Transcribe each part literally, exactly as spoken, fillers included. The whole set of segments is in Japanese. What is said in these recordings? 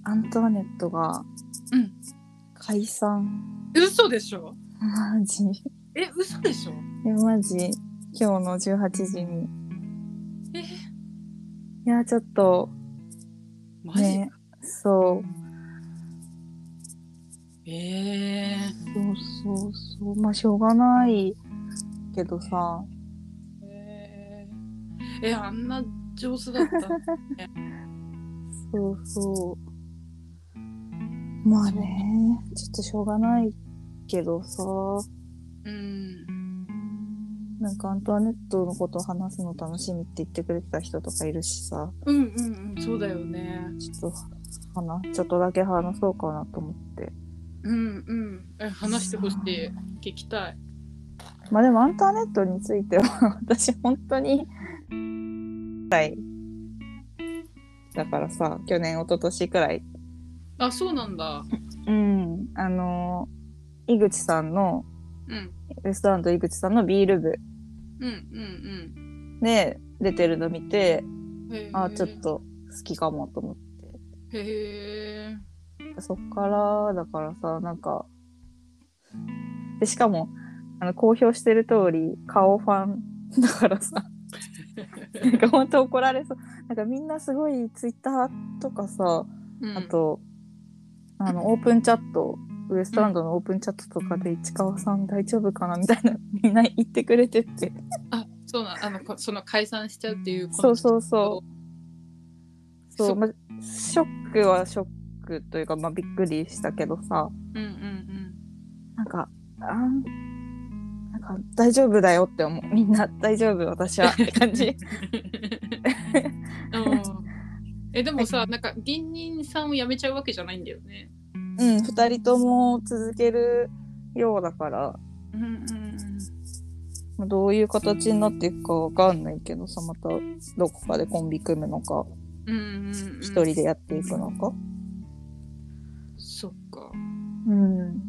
アントワネットがうん解散。 嘘でしょ。 マジえ嘘でしょ。 えマジ今日のじゅうはちじに。 えいやちょっとマジ、 ね、そうえー、 そうそうそうまあしょうがないけどさ、 えー、えあんな上手だったそうそうまあねちょっとしょうがないけどさ、 うんなんかアントワネットのことを話すの楽しみって言ってくれてた人とかいるしさ、 うんうんうんそうだよね。 ちょっと話ちょっとだけ話そうかなと思って。 うんうんえ話してほしい、聞きたい。 まあでもアントワネットについては私本当にだからさ、去年一昨年くらい、 あそうなんだ。 うんあの井口さんのうんウエストランド井口さんのビール部うんうんで出てるの見て、 うんへあちょっーと好きかもと思って、 へーそっからだからさ、なんかでしかもあの公表してる通り顔ファンだからさなんか本当怒られそう。なんかみんなすごいツイッターとかさ、 うん、 あとあのオープンチャットウエストランドのオープンチャットとかで市川さん大丈夫かなみたいなみんな言ってくれててあそうなんあのこその解散しちゃうっていうこのそうそうそうそう、ま、ショックはショックというか、まあ、びっくりしたけどさ、 うんうんなんかあんなんか大丈夫だよって思う。みんな大丈夫私はって感じうんうんえでもさなんか芸人さんを辞めちゃうわけじゃないんだよね。 うんふたりとも続けるようだから、 うんうんまあ、どういう形になっていくかわかんないけどさ、またどこかでコンビ組むのかうんうんうん一人でやっていくのか。 そっか。 うん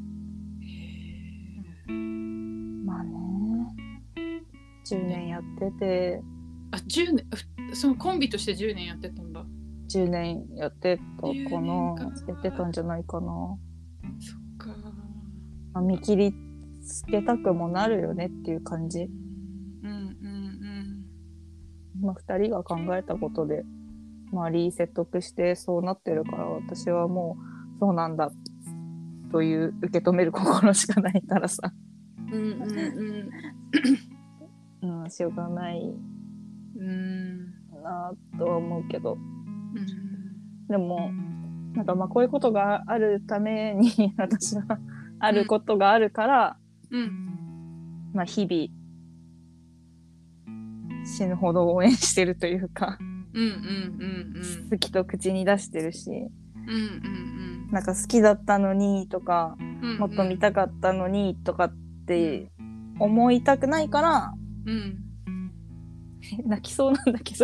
まあねじゅうねんやっててあじゅうねんそのコンビとしてじゅうねんやってたんだ。 じゅうねんやってたかじゅうねなんかやってたんじゃないかな。 そっか。 まあ、見切りつけたくもなるよねっていう感じ。 うんうんまあ、ふたりが考えたことで周り説得してそうなってるから、私はもうそうなんだという受け止める心しかないからさ、 うんうんうんうん、しょうがないうんなとは思うけど、 うんでもなんかまあこういうことがあるために私はあることがあるから、 うんまあ、日々死ぬほど応援してるというか、 うんうんうん好きと口に出してるし、 うんうんなんか好きだったのにとか、 うんもっと見たかったのにとかって思いたくないからうん泣きそうなんだけど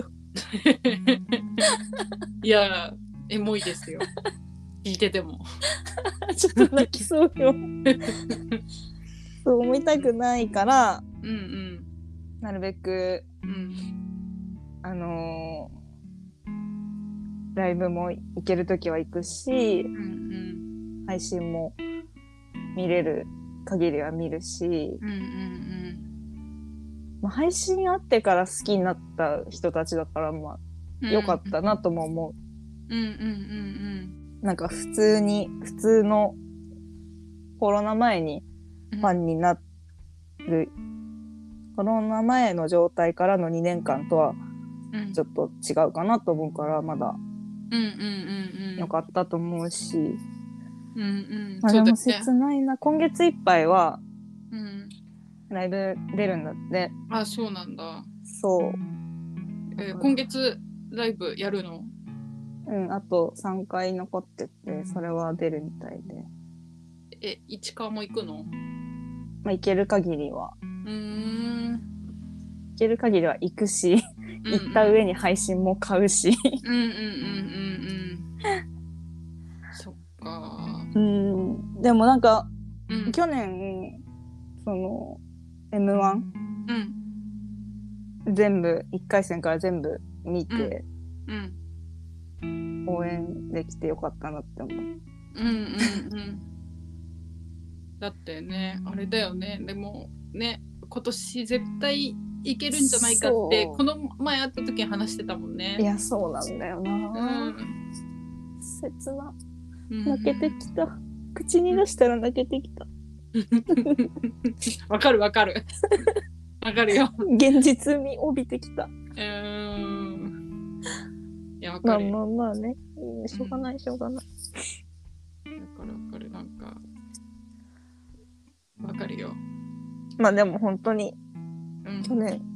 いやエモいですよ聞いててもちょっと泣きそうよそう思いたくないからうんうんなるべくうんあのー、ライブも行けるときは行くし、 うんうん配信も見れる限りは見るし、 うんうんまあ、配信あってから好きになった人たちだから、まあ良かったなとも思う。 うんうんうんなんか普通に普通のコロナ前にうんファンになる、コロナ前の状態からのにねんかんとはちょっと違うかなと思うから、まだ良かったと思うし、 うんうんまあでも切ないな。今月いっぱいはライブ出るんだって。 あ、そうなんだ。 そう。 えー、今月ライブやるの？ うん、あとさんかい残ってて、それは出るみたいで。 え、市川も行くの？ まあ行ける限りは。 うーん。 行ける限りは行くし、うんうん、行った上に配信も買うし。 うんうんうんうんうん。そっか。 うん。でもなんか、 うん、 去年その エムワン、うん、全部いっかい戦から全部見て、 うんうん、 応援できてよかったなって思う。 うんうんうん。だってね、あれだよね。でもね、今年絶対いけるんじゃないかってこの前会った時に話してたもんね。 いやそうなんだよな、うん、切な。泣けてきた、うん、口に出したら泣けてきた。 わかるわかるわかるよ。 現実味帯びてきた。うーん。いやわまあかる。 まあまあね、しょうがないしょうがない。 わかるわかる、なんかわかるよ。 まあでも本当に、 うん、 去年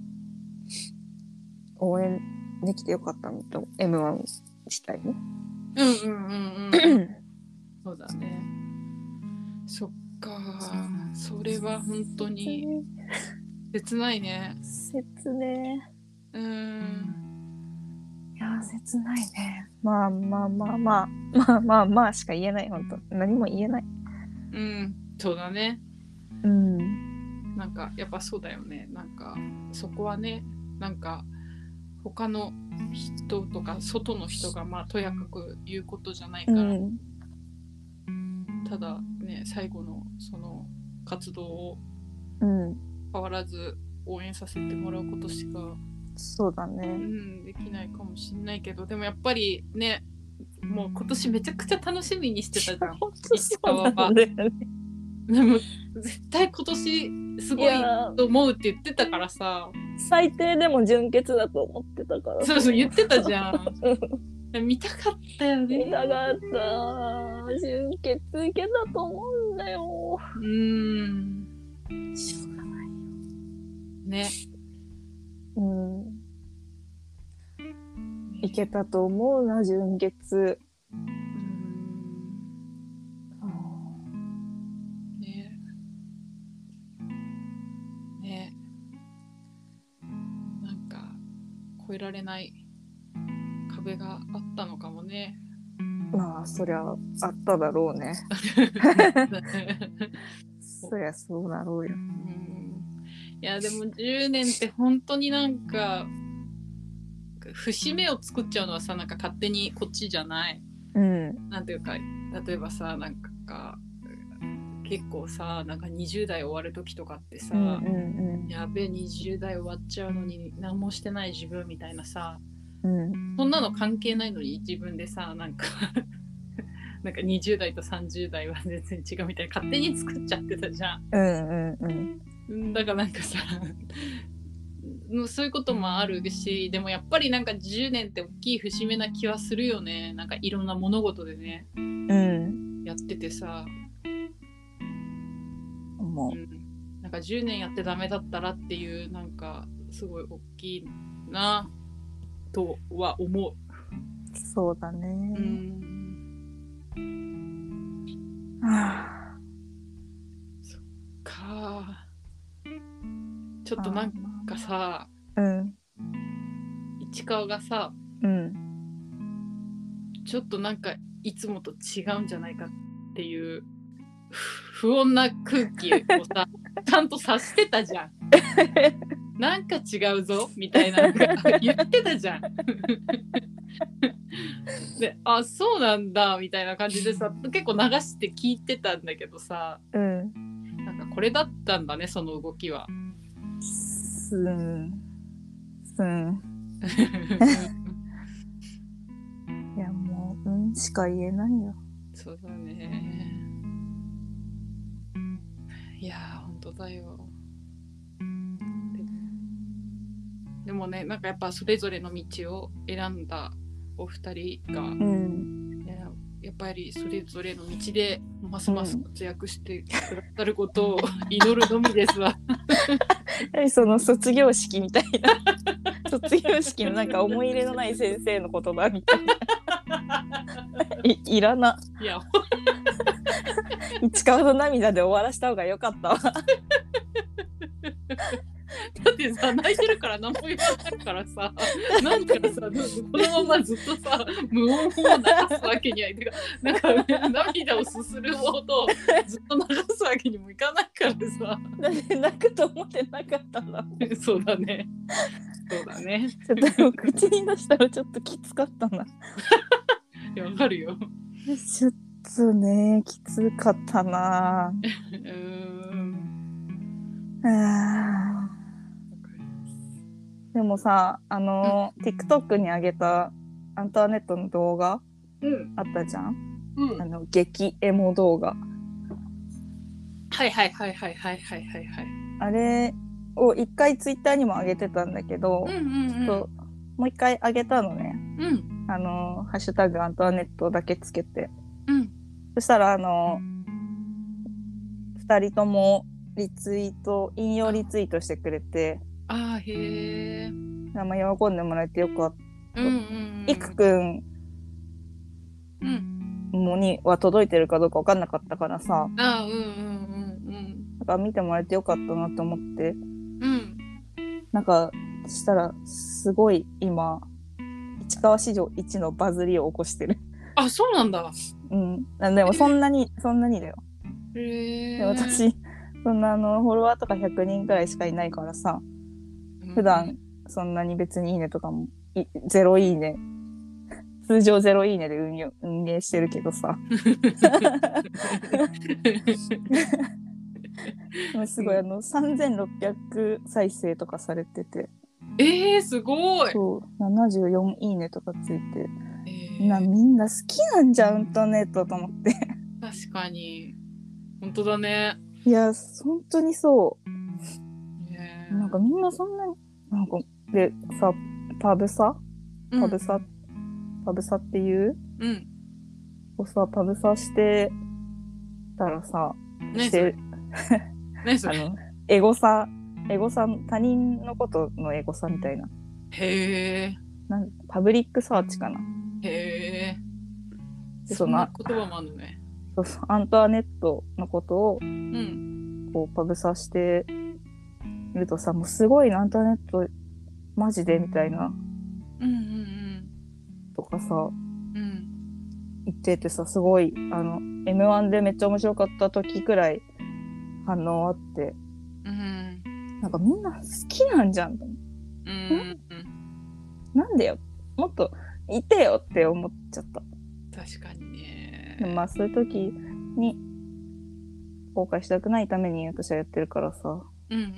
応援できてよかったのと エムワン 自体ね。 うんうんうんうんそうだね。そっか、それは本当に切ないね。 切ね。 うーん。 いや切ないね。まあまあまあまあまあまあまあしか言えない。本当何も言えない。 うん、そうだね。 うん。 なんかやっぱそうだよね。なんかそこはね、なんか他の人とか外の人がまあとやかく言うことじゃないから、うん、ただね最後のその活動を変わらず応援させてもらうことしか、 そうだね、 うん、できないかもしれないけど、でもやっぱりね、もう今年めちゃくちゃ楽しみにしてたじゃん。市川は。でも絶対今年すごいと思うって言ってたからさ。 最低でも準決だと思ってたから。 そうそう言ってたじゃん。見たかったよね。 見たかった。準決いけたと思うんだよ。 うーん。しょうがないよ。ね。 うん。いけたと思うな、準決。うーん。 ね。ね。なんか越えられない壁があったのかもね。 まあそりゃあっただろうね。そりゃそうだろうよ。うん、 いやでもじゅうねんって本当になんか節目を作っちゃうのはさ、なんか勝手にこっちじゃない、うん、なんていうか、例えばさ、なんか結構さ、なんかにじゅう代終わる時とかってさ、うんうんうん、やべえにじゅう代終わっちゃうのに何もしてない自分みたいなさ、うん、そんなの関係ないのに自分でさ、なんかなんかにじゅう代とさんじゅう代は全然違うみたいな勝手に作っちゃってたじゃん。うんうんうん。だからなんかさそういうこともあるし、でもやっぱりなんかじゅうねんって大きい節目な気はするよね。なんかいろんな物事でね、うん、やっててさ、もう、うん、なんかじゅうねんやってダメだったらっていう、なんかすごい大きいなとは思う。 そうだね。うん。はあ、 そっか。ちょっとなんかさ、 うん、 市川がさ、うん、ちょっとなんかいつもと違うんじゃないかっていう不穏な空気をさちゃんと察してたじゃん。なんか違うぞみたいなのが言ってたじゃん。で、あ、そうなんだみたいな感じでさ、結構流して聞いてたんだけどさ、うん、なんかこれだったんだね、その動きは。 すんすんいやもううんしか言えないよ。 そうだね。いやー本当だよ。でも、でもね、なんかやっぱそれぞれの道を選んだお二人が、うん、やっぱりそれぞれの道でますます活躍してくださることを祈るのみですわ。 その卒業式みたいな卒業式のなんか思い入れのない先生の言葉みたいな。い, いらな。いや市川の涙で終わらした方が良かったわ。 だってさ、泣いてるから何も言わないからさ、なんかさ、このままずっとさ、無音を流すわけにはいかない。なんか、ね、涙をすするほどずっと流すわけにもいかないからさ。 だって泣くと思ってなかったんだもん。 そうだね。 そうだね。 ちょっとでも口に出したらちょっときつかったな。 いやわかるよ。 ちょっとねきつかったな。 うーん。 あでもさあの、うん、TikTok に上げたアントワネットの動画、うん、あったじゃん、うん、あの激エモ動画。 はいはいはいはいはいはいはいはい。 あれを一回ツイッターにも上げてたんだけど、うんうんうん、ちょっともう一回上げたのね、うん、あのハッシュタグアントワネットだけつけて、うん、そしたらあのふたりともリツイート引用リツイートしてくれて、 あーへー、 名前喜んでもらえてよかった。うんうんうん、いくくんもには届いてるかどうか分かんなかったからさ、あうんうんうんうん、だから見てもらえてよかったなと思って、うん、なんかしたらすごい今市川史上一のバズりを起こしてる。 あ、そうなんだ。 うん、でもそんなにそんなにだよ。へえ。で私そんなあのフォロワーとかひゃくにんくらいしかいないからさ、普段そんなに別にいいねとかもゼロいいね、通常ゼロいいねで運用運営してるけどさすごいあのさんぜんろっぴゃく再生とかされてて、 えー、すごい。 そうななじゅうよんいいねとかついて、えー、なみんな好きなんじゃんアントワネットと思って確かに本当だね。 いや本当にそう、えー、なんかみんなそんなになんかでさパブサパブサ、うん、パブサっていう、うん、をさパブサしてたらさ、 ねしてねそれあのエゴサエゴサ他人のことのエゴサみたいな、 へえ、 なんパブリックサーチかな、 へえ、そんな言葉もあるのね。 そうそうアントワネットのことを、うん、こうパブサしてるとさ、もうすごいなアントワネットマジでみたいな、うんうんうん、とかさ、うん、言っててさ、すごいあの エムワン でめっちゃ面白かった時くらい反応あって、うん、なんかみんな好きなんじゃん、うん、な, なんでよもっといてよって思っちゃった。 確かにね。 でもまあそういう時に後悔したくないために私はやってるからさ、うんうんうんうん、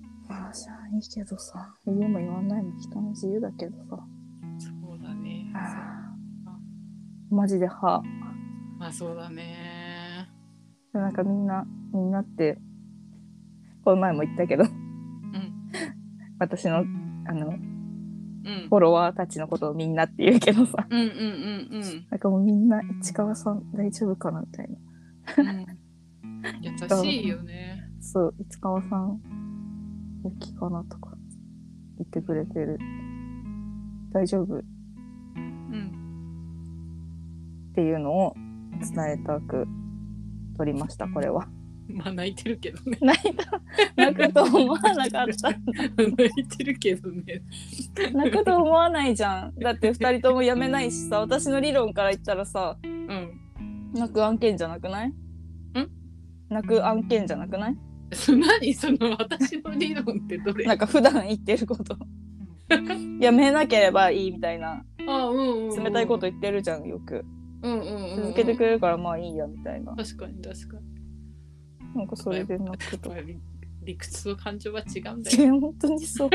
まあじゃあいいけどさ、言うも言わないも人の自由だけどさ。 そうだね。 マジでは。 まあそうだね。 なんかみんなみんなってこの前も言ったけど、うん、私のあの、うん、フォロワーたちのことをみんなって言うけどさ、うんうんうんうん、なんかもうみんな市川さん大丈夫かなみたいな、うん、 優しいよね。 そう市川さん大きいかなとか言ってくれてる、大丈夫、うん、っていうのを伝えたく撮りました。これはまあ泣いてるけどね。 泣いた泣くと思わなかった泣いてるけどね。 泣くと思わないじゃん。だってふたりとも辞めないしさ、私の理論から言ったらさ、うん、泣く案件じゃなくない？ん？泣く案件じゃなくない？ そ何その私の理論ってどれ？ なんか普段言ってることやめなければいいみたいな、 あ、うんうんうん、 冷たいこと言ってるじゃんよく、うんうんうんうん、続けてくれるからまあいいやみたいな。 確かに確かに。 なんかそれで泣くと理屈と感情は違うんだよ。 本当にそう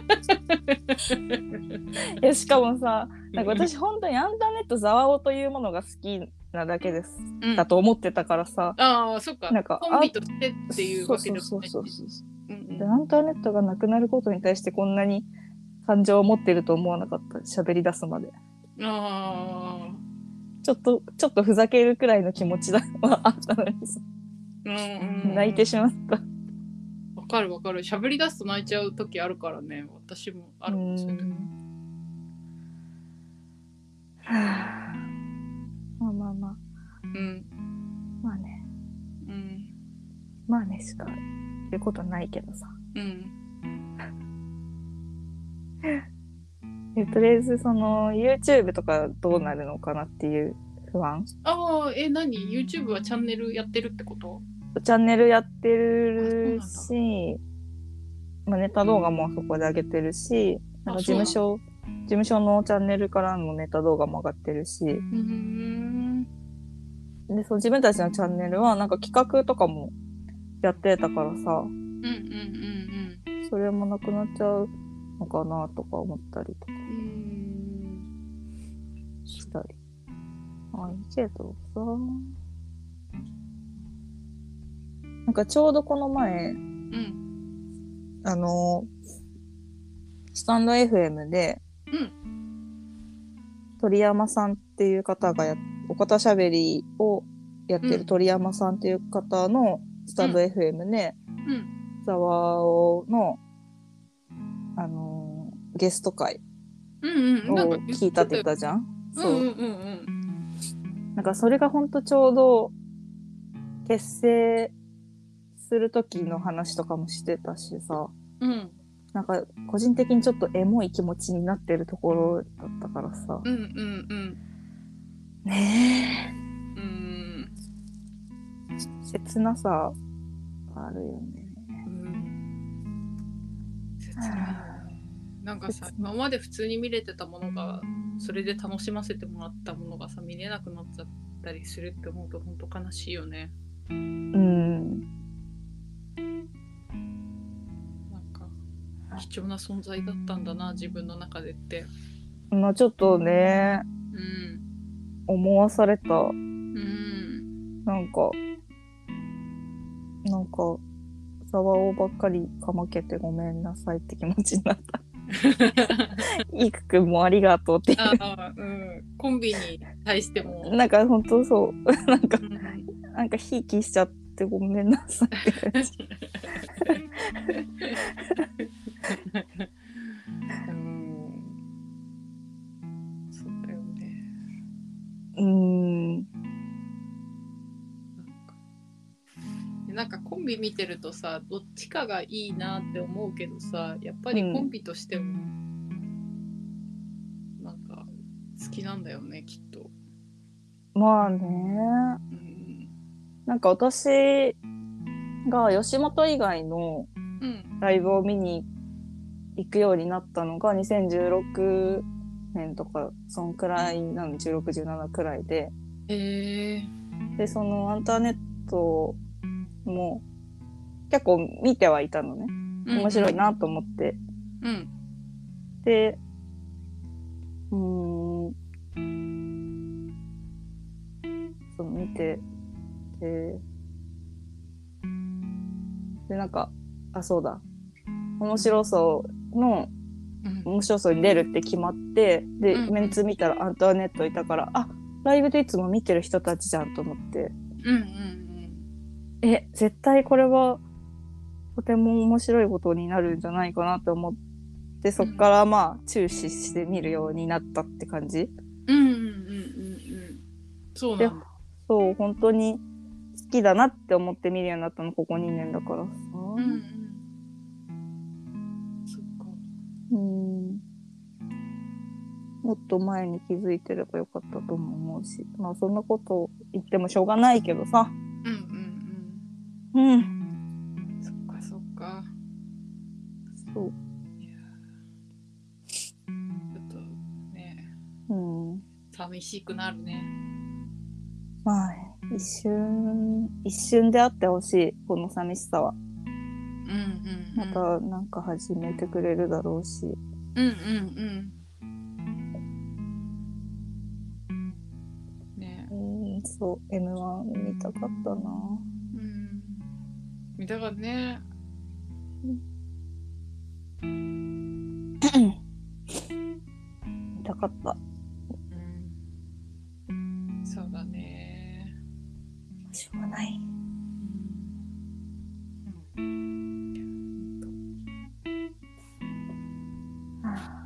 いやしかもさ、なんか私本当にアンターネットザワオというものが好きなだけです、うん、だと思ってたからさ。 ああそっか、なんかコンビとしてっていうわけでもない。そうそうそうそう、うんうん、でアンターネットがなくなることに対してこんなに感情を持ってると思わなかった、喋り出すまで。ああちょっとちょっとふざけるくらいの気持ちだはあったのにさ、うんうん、泣いてしまった。 わかるわかる、喋り出すと泣いちゃう時あるからね、私もあるんですよね。 はあ、まあまあまあ、うん、まあね、うん、まあねしか言うことないけどさ、うんえとりあえずその YouTube とかどうなるのかなっていう不安。 ああ、え何 YouTube はチャンネルやってるってこと？ チャンネルやってるし、 まあ、ネタ動画もそこで上げてるし、なんか事務所事務所のチャンネルからのネタ動画も上がってるし、 うんでそう自分たちのチャンネルはなんか企画とかもやってたからさ、 うんうんうんうん、それもなくなっちゃうのかなとか思ったりとかしたり、あいいけどさ、なんかちょうどこの前、うん、あのスタンド エフエム で、うん、鳥山さんっていう方がやおかたしゃべりをやってる鳥山さんっていう方のスタンド エフエム で、うん、ザワオの、あのー、ゲスト会を聞いたって言ったじゃん。そう。うんうんうん、なんかそれがほんとちょうど結成する時の話とかもしてたしさ、うん、なんか個人的にちょっとエモい気持ちになってるところだったからさ、うんうんうん、ねえ、うん、切なさあるよね、うん、 切ないよね。なんかさ、今まで普通に見れてたものがそれで楽しませてもらったものがさ見れなくなっちゃったりするって思うと本当悲しいよね。うん、なんか貴重な存在だったんだな自分の中でって、 まあちょっとね、うん、思わされた、うん、なんかなんかザワオばっかりかまけてごめんなさいって気持ちになったいくくんもありがとうっていうあ、うん、コンビに対してもなんか本当そうなんか、うん、なんかひいきしちゃってごめんなさいってうんそうだよね。 うんなんかコンビ見てるとさどっちかがいいなって思うけどさやっぱりコンビとしても、うん、なんか好きなんだよねきっと。 まあね、うん、なんか私が吉本以外のライブを見に行くようになったのがにせんじゅうろくねんとかそんくらいなの、じゅうろく、じゅうななくらいで、へー、でそのアンターネットも結構見てはいたのね、面白いなと思って、うん、でうーんそう見てて、でなんかあそうだ面白そうの、うん、面白そうに出るって決まってで、うん、メンツ見たらアンターネットいたからあライブでいつも見てる人たちじゃんと思って、うんうんうん、え絶対これはとても面白いことになるんじゃないかなと思ってそっからまあ注視して見るようになったって感じ。うんうんうんうんうん。そうなんだ。そう本当に好きだなって思って見るようになったのここにねんだからさ。うんうん。そっか。うん。もっと前に気づいてればよかったとも思うし、まあそんなこと言ってもしょうがないけどさ。うんうんうん。うん。そっかそっか。そう。いやちょっとね、うん、寂しくなるね。まあ一瞬一瞬であってほしいこの寂しさは。うんうん、うん、またなんか始めてくれるだろうし。うんうんうん。ね、うんそう エムワン 見たかったな。うん。見たかったね。見たかった。うん。そうだね。しょうがない。うん。はあ、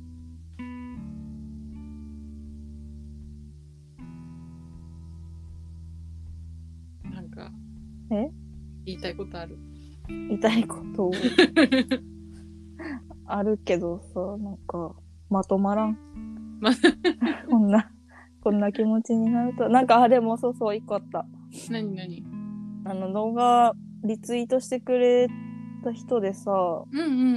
なんかえ言いたいことある？言いたいことあるけどさ、なんかまとまらんこんなこんな気持ちになるとなんかあでもそうそう一個あった。何何あの動画リツイートしてくれた人でさ、 うんうんうんうん、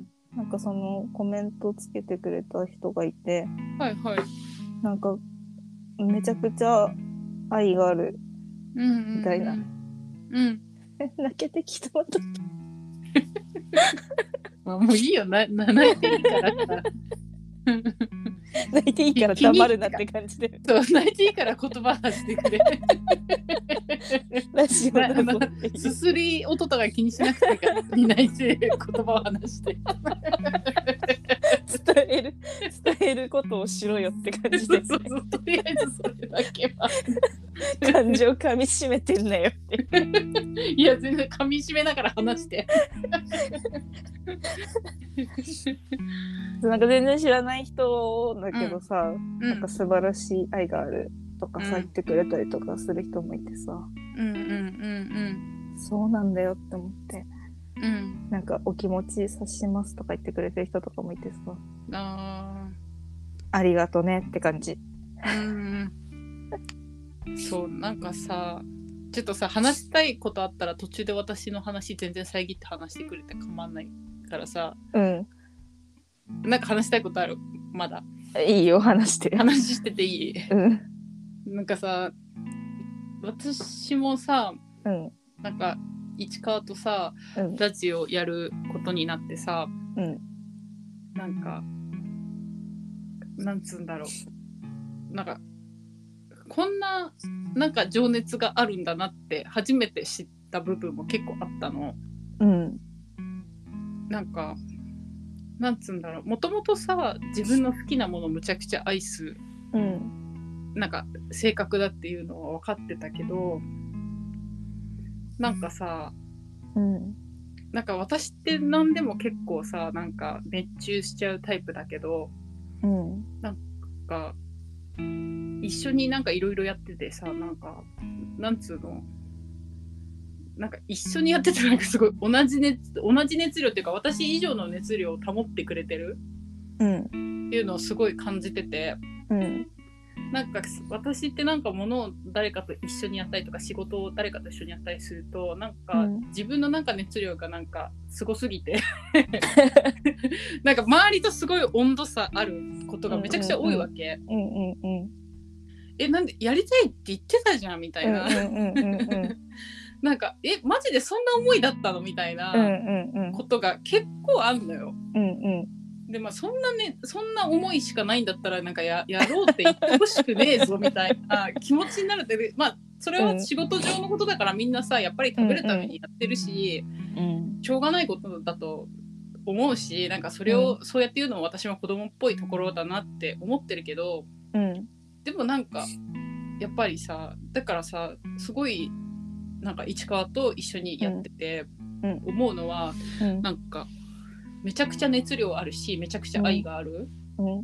なんかそのコメントつけてくれた人がいて、 はいはい、 なんかめちゃくちゃ愛があるみたいな、 うんうん、 泣けてきたまたまあもういいよ、なな泣いていいからさ泣いていいから黙るなって感じでそう、泣いていいから言葉発してくれラジオだぞっていう、 すすり音とか気にしなくていいから泣いて言葉を話して伝える伝えることをしろよって感じで、ね、 そうそうそう、とりあえずそれだけは感情かみしめてんなよっていや全然噛み締めながら話してなんか全然知らない人だけどさ、 うん、 なんか素晴らしい愛があるとかさ、 うん、 言ってくれたりとかする人もいてさ、 うんうんうんそうなんだよって思って、 うん、 なんかお気持ち察しますとか言ってくれてる人とかもいてさ、 あありがとねって感じ。 うんそう、なんかさ、ちょっとさ話したいことあったら途中で私の話全然遮って話してくれて構わないからさ、 うん、 なんか話したいことある？まだいいよ、話して話してていい？ うん、 なんかさ、私もさ、 うん、 なんか市川とさ、 うん、 ラジオやることになってさ、 うん、 なんかなんつうんだろう、なんかこんななんか情熱があるんだなって初めて知った部分も結構あったの。 うん、 なんかなんつうんだろう、もともとさ自分の好きなものをむちゃくちゃ愛す、 うん、 なんか性格だっていうのは分かってたけど、なんかさ、 うん、 なんか私って何でも結構さ、なんか熱中しちゃうタイプだけど、 うん、 なんか一緒になんかいろいろやっててさ、なんかなんつうの、なんか一緒にやっててなんかすごい同じ熱同じ熱量っていうか私以上の熱量を保ってくれてるっていうのをすごい感じてて、 うん、 なんか私ってなんか物を誰かと一緒にやったりとか仕事を誰かと一緒にやったりすると、なんか自分のなんか熱量がなんかすごすぎてなんか周りとすごい温度差あることがめちゃくちゃ多いわけ。え、なんでやりたいって言ってたじゃんみたいななんかえマジでそんな思いだったのみたいなことが結構あるのよ。うんうんでまあ、そんなねそんな思いしかないんだったらなんか や, やろうって言ってほしくねえぞみたいな気持ちになるって、まあそれは仕事上のことだからみんなさやっぱり食べるためにやってるし、うんうん、しょうがないことだと思うし、なんかそれをそうやって言うのも私も子供っぽいところだなって思ってるけど、うん、でもなんかやっぱりさだからさすごいなんか市川と一緒にやってて思うのは、うん、なんかめちゃくちゃ熱量あるしめちゃくちゃ愛がある、うん、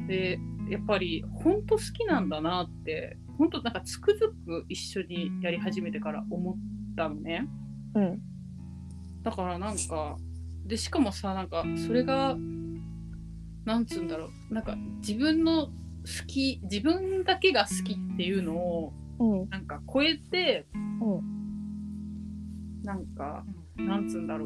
でやっぱり本当好きなんだなって本当なんかつくづく一緒にやり始めてから思ったのね、うん、だからなんかでしかもさなんかそれがなんつうんだろう、なんか自分の好き自分だけが好きっていうのを、うん、なんか超えて、うん、なんかなんつうんだろう、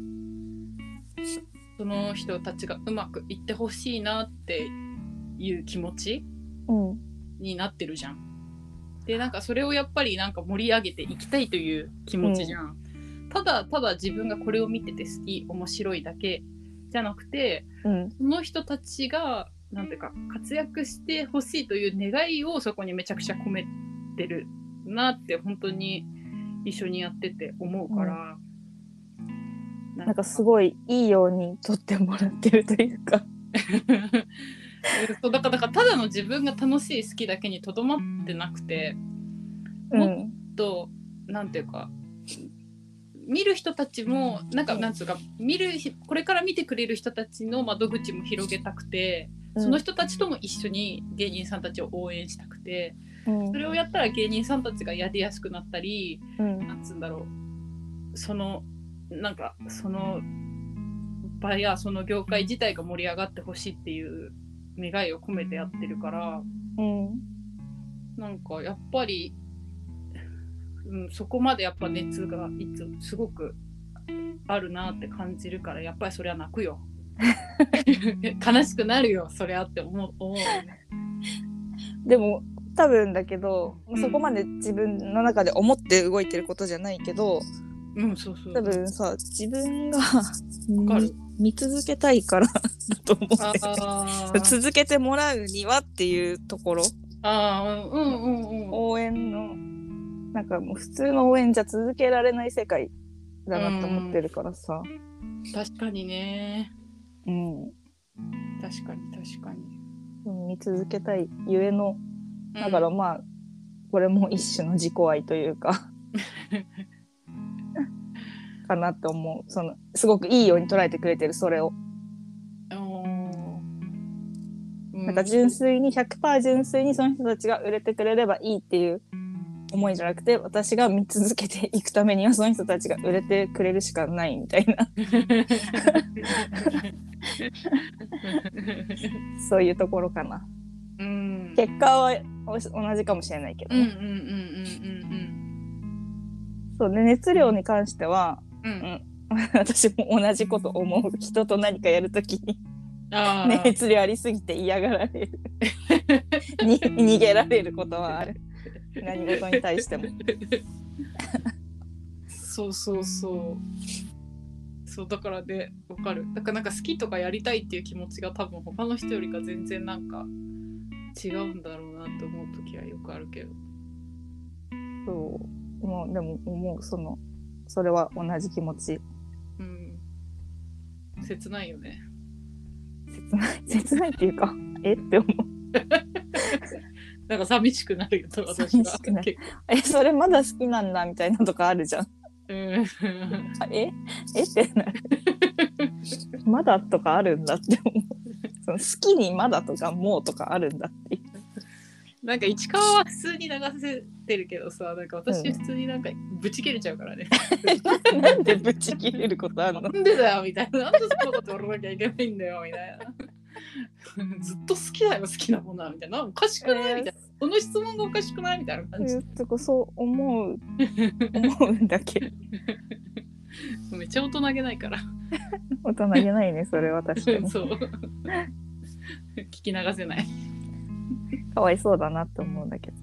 その人たちがうまくいってほしいなっていう気持ち、うん、になってるじゃん。でなんかそれをやっぱりなんか盛り上げていきたいという気持ちじゃん、うん、ただただ自分がこれを見てて好き面白いだけじゃなくて、うん、その人たちがなんていうか活躍してほしいという願いをそこにめちゃくちゃ込めてるなって本当に一緒にやってて思うから、 うん、なんかすごいいいように撮ってもらってるというかそうだから、だからただの自分が楽しい好きだけにとどまってなくて、もっと、うん、なんていうか見る人たちもなんかなんつうか見るこれから見てくれる人たちの窓口も広げたくて、その人たちとも一緒に芸人さんたちを応援したくて、うん、それをやったら芸人さんたちがやりやすくなったり、うん、なんつうんだろう、そのなんかその場やその業界自体が盛り上がってほしいっていう願いを込めてやってるから、うん、なんかやっぱり、うん、そこまでやっぱ熱がいつすごくあるなって感じるから、やっぱりそりゃ泣くよ。悲しくなるよそりゃって思う、思うよね。 でも多分だけど、うん、そこまで自分の中で思って動いてることじゃないけど、 うん、そうそう、 多分さ自分が見続けたいからと思って続けてもらうにはっていうところ、 あ、うんうんうんうん、 応援のなんかもう普通の応援じゃ続けられない世界だなと思ってるからさ、 うん、確かにね、 うん、 確かに確かに見続けたいゆえの、だからまあ、うん、これも一種の自己愛というかかなって思う。そのすごくいいように捉えてくれてるそれを、うん、なんか純粋に ひゃくパーセント 純粋にその人たちが売れてくれればいいっていう思いじゃなくて、私が見続けていくためにはその人たちが売れてくれるしかないみたいなそういうところかな、うん、結果は同じかもしれないけどね。そうね、熱量に関しては、うんうん、私も同じこと思う。人と何かやるときに熱量ありすぎて嫌がられるに逃げられることはある、何事に対してもそうそうそうそう、だからで分かる。だからなんか好きとかやりたいっていう気持ちが多分他の人よりか全然なんか違うんだろうなって思う時はよくあるけど、 そうもうでも思う、そのそれは同じ気持ち、 うん、切ないよね。 切ない切ないっていうかえって思うなんか寂しくなるよと私は。 え、それまだ好きなんだみたいなとかあるじゃん。うん、ええってなるまだとかあるんだって思う。その好きにまだとかもうとかあるんだっていう。 なんか市川は普通に流せてるけどさ、なんか私普通になんかブチ切れちゃうからね。 うん、なんでブチ切れることあるの？ なんでだよみたいな。なんでそんなこと言わなきゃいけないんだよみたいな。ずっと好きだよ好きなものはみたいな。おかしくない、えー、みたいな。この質問がおかしくないみたいな感じ。 そう思う思うんだけど。 めっちゃ大人げないから。 大人げないねそれは確かに。そう。 聞き流せない。 かわいそうだなって思うんだけど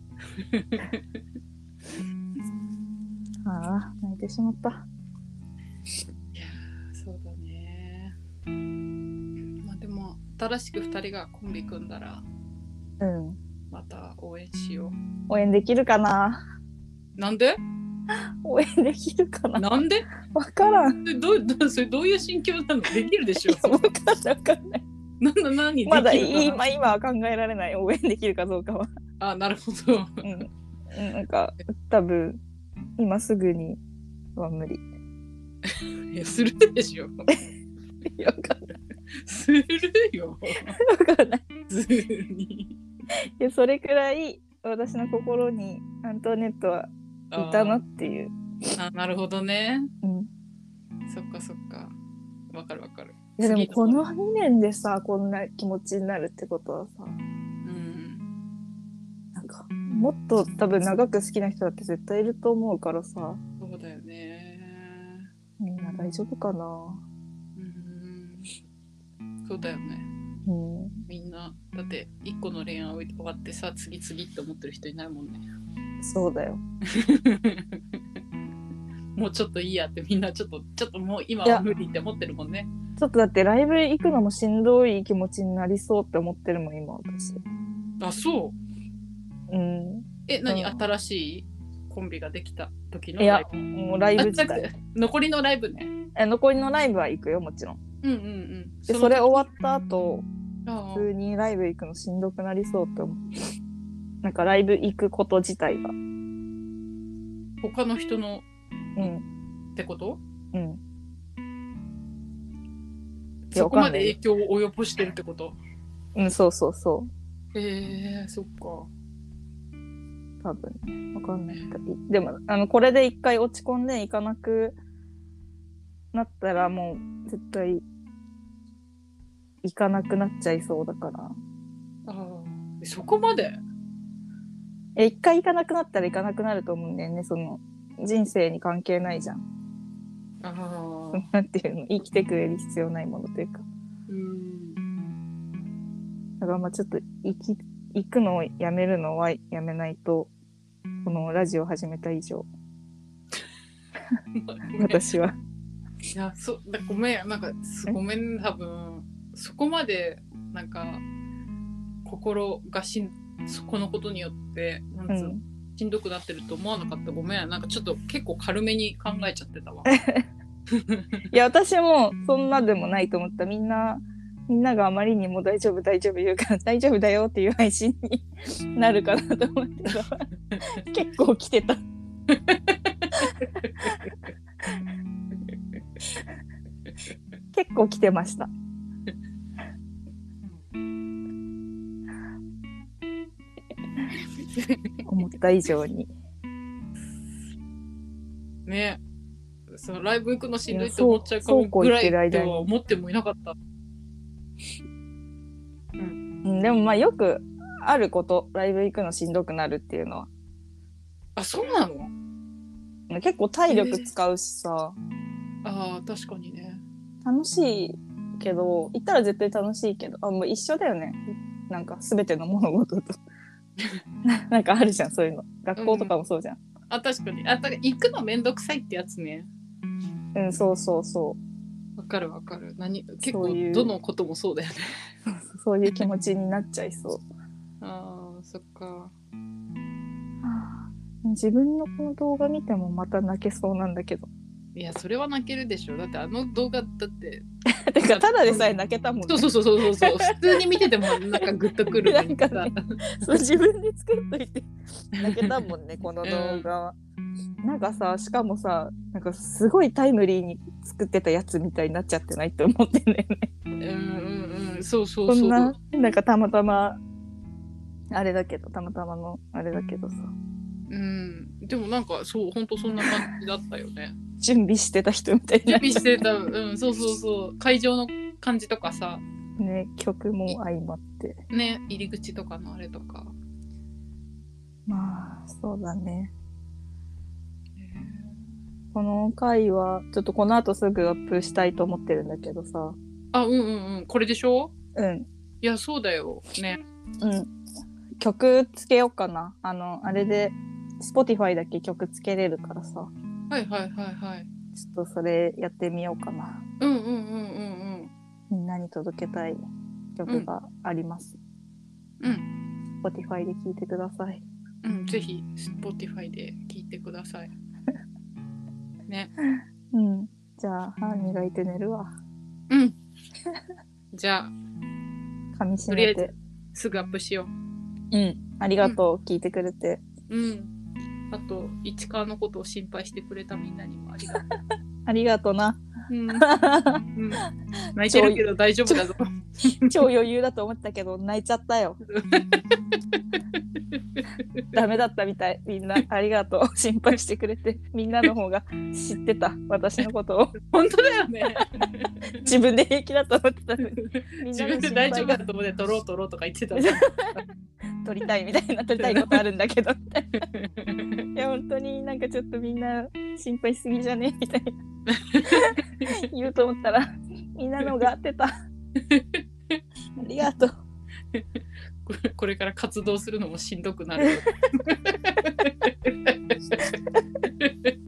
ああ泣いてしまった。いやそうだね。まあでも新しくふたりがコンビ組んだら、うん、また応援しよう。 応援できるかな。 なんで？ 応援できるかな。 なんで？ わからん。 どどそれどういう心境なの？できるでしょ。 わかんないわかんない。 なな何まだ今今は考えられない。応援できるかどうかは。 あ、なるほど。 うん、なんか多分今すぐには無理。 いやするでしょ。わかんない。するよ。 わかんない。 普通に。いやそれくらい私の心にアントワネットはいたなっていう。 あ、なるほどね。うん。そっかそっか。わかるわかる。 いやでもこのにねんでさこんな気持ちになるってことはさ、うん、なんかもっと多分長く好きな人だって絶対いると思うからさ。 そうだよね。 みんな大丈夫かな。 うん、そうだよね。うん、みんなだっていっこの恋愛終わってさ次々って思ってる人いないもんね。 そうだよ。 もうちょっといいやってみんなちょっとちょっともう今は無理って思ってるもんね。 ちょっとだってライブ行くのもしんどい気持ちになりそうって思ってるもん今私。 あ、そう。うん。え、何、 うん、 新しいコンビができた時のライブ？いやもうライブ自体。 残りのライブね。 え残りのライブは行くよもちろん。 うんうんうん。 でそれ終わった後普通にライブ行くのしんどくなりそうって思う。なんかライブ行くこと自体が。 他の人の、 うん、 ってこと？ うん。 そこまで影響を及ぼしてるってこと？ うん、そうそうそう。 へえー、そっか。 多分ね、わかんない。でもあのこれで一回落ち込んでいかなくなったらもう絶対行かなくなっちゃいそうだから。 ああ、そこまで？ え、一回行かなくなったら行かなくなると思うんだよね。その人生に関係ないじゃん。 あなんていうの、生きてくれる必要ないものというか。 うん。 だからまあちょっと生き行くのをやめるのはやめないと、このラジオ始めた以上私は。 いや、そだごめん、なんかごめん、多分そこまでなんか心がしんこのことによってなんつうの、うん、しんどくなってると思わなかった。ごめん、なんかちょっと結構軽めに考えちゃってたわ。 いや私もそんなでもないと思った。みんなみんながあまりにも大丈夫大丈夫言うから大丈夫だよっていう配信になるかなと思ってた。結構来てた。結構来てました。思った以上に。 ね、そのライブ行くのしんどいって思っちゃうかもぐらいっては思ってもいなかった。 うん、でもまあよくあること、ライブ行くのしんどくなるっていうのは。 あ、そうなの？ 結構体力使うしさ。 えー、ああ確かにね。 楽しいけど、行ったら絶対楽しいけど、あもう一緒だよね。なんか全ての物事となんかあるじゃんそういうの。学校とかもそうじゃん。うん、 あ確かに。あだから行くのめんどくさいってやつね。 うんそうそうそう。 わかるわかる。何結構どのこともそうだよね。 そういう気持ちになっちゃいそう。 ああそっか。 自分のこの動画見てもまた泣けそうなんだけど。 いやそれは泣けるでしょ。だってあの動画だっててかただでさえ泣けたもんね。 そうそうそうそうそう普通に見ててもなんかグッとくるなんか、ね、そう自分で作っといて泣けたもんねこの動画は、うん、なんかさしかもさなんかすごいタイムリーに作ってたやつみたいになっちゃってないって思ってんだよね。 うんうんうんそうそうそう。 そんななんかたまたまあれだけどたまたまのあれだけどさ。 うんでもなんかそう本当そんな感じだったよね。 準備してた人みたいな。 準備してたうんそうそうそう会場の感じとかさ。 ね曲も相まってね入り口とかのあれとか。 まあそうだね。この回はちょっとこの後すぐアップしたいと思ってるんだけどさ。 あうんうんうんこれでしょ？ うんいやそうだよね。 うん曲つけようかな。あのあれで Spotify だけ曲つけれるからさ。 はいはいはいはい。 ちょっとそれやってみようかな。 うんうんうんうんうんみんなに届けたい曲があります。 うん。 Spotify で聴いてください。 うん、ぜひ Spotify で聴いてください。ね。 うん。じゃあ歯磨いて寝るわ。 うん。じゃあ噛み締めてすぐアップしよう。うん。ありがとう、うん、聞いてくれて。 うん。あと市川のことを心配してくれたみんなにもありがとう。 ありがとうな。 うん。うん、泣いてるけど大丈夫だぞ。 超余裕だと思ったけど泣いちゃったよ。ダメだったみたい。みんなありがとう。心配してくれて、みんなの方が知ってた私のことを。 本当だよね。 自分で平気だと思ってたのに。 みんなの心配が自分で大丈夫だと思って撮ろう撮ろうとか言ってた。 撮りたいみたいな撮りたいことあるんだけど。いや本当になんかちょっとみんな心配しすぎじゃねみたいな言うと思ったらみんなのが合ってた。ありがとう。 これから活動するのもしんどくなる。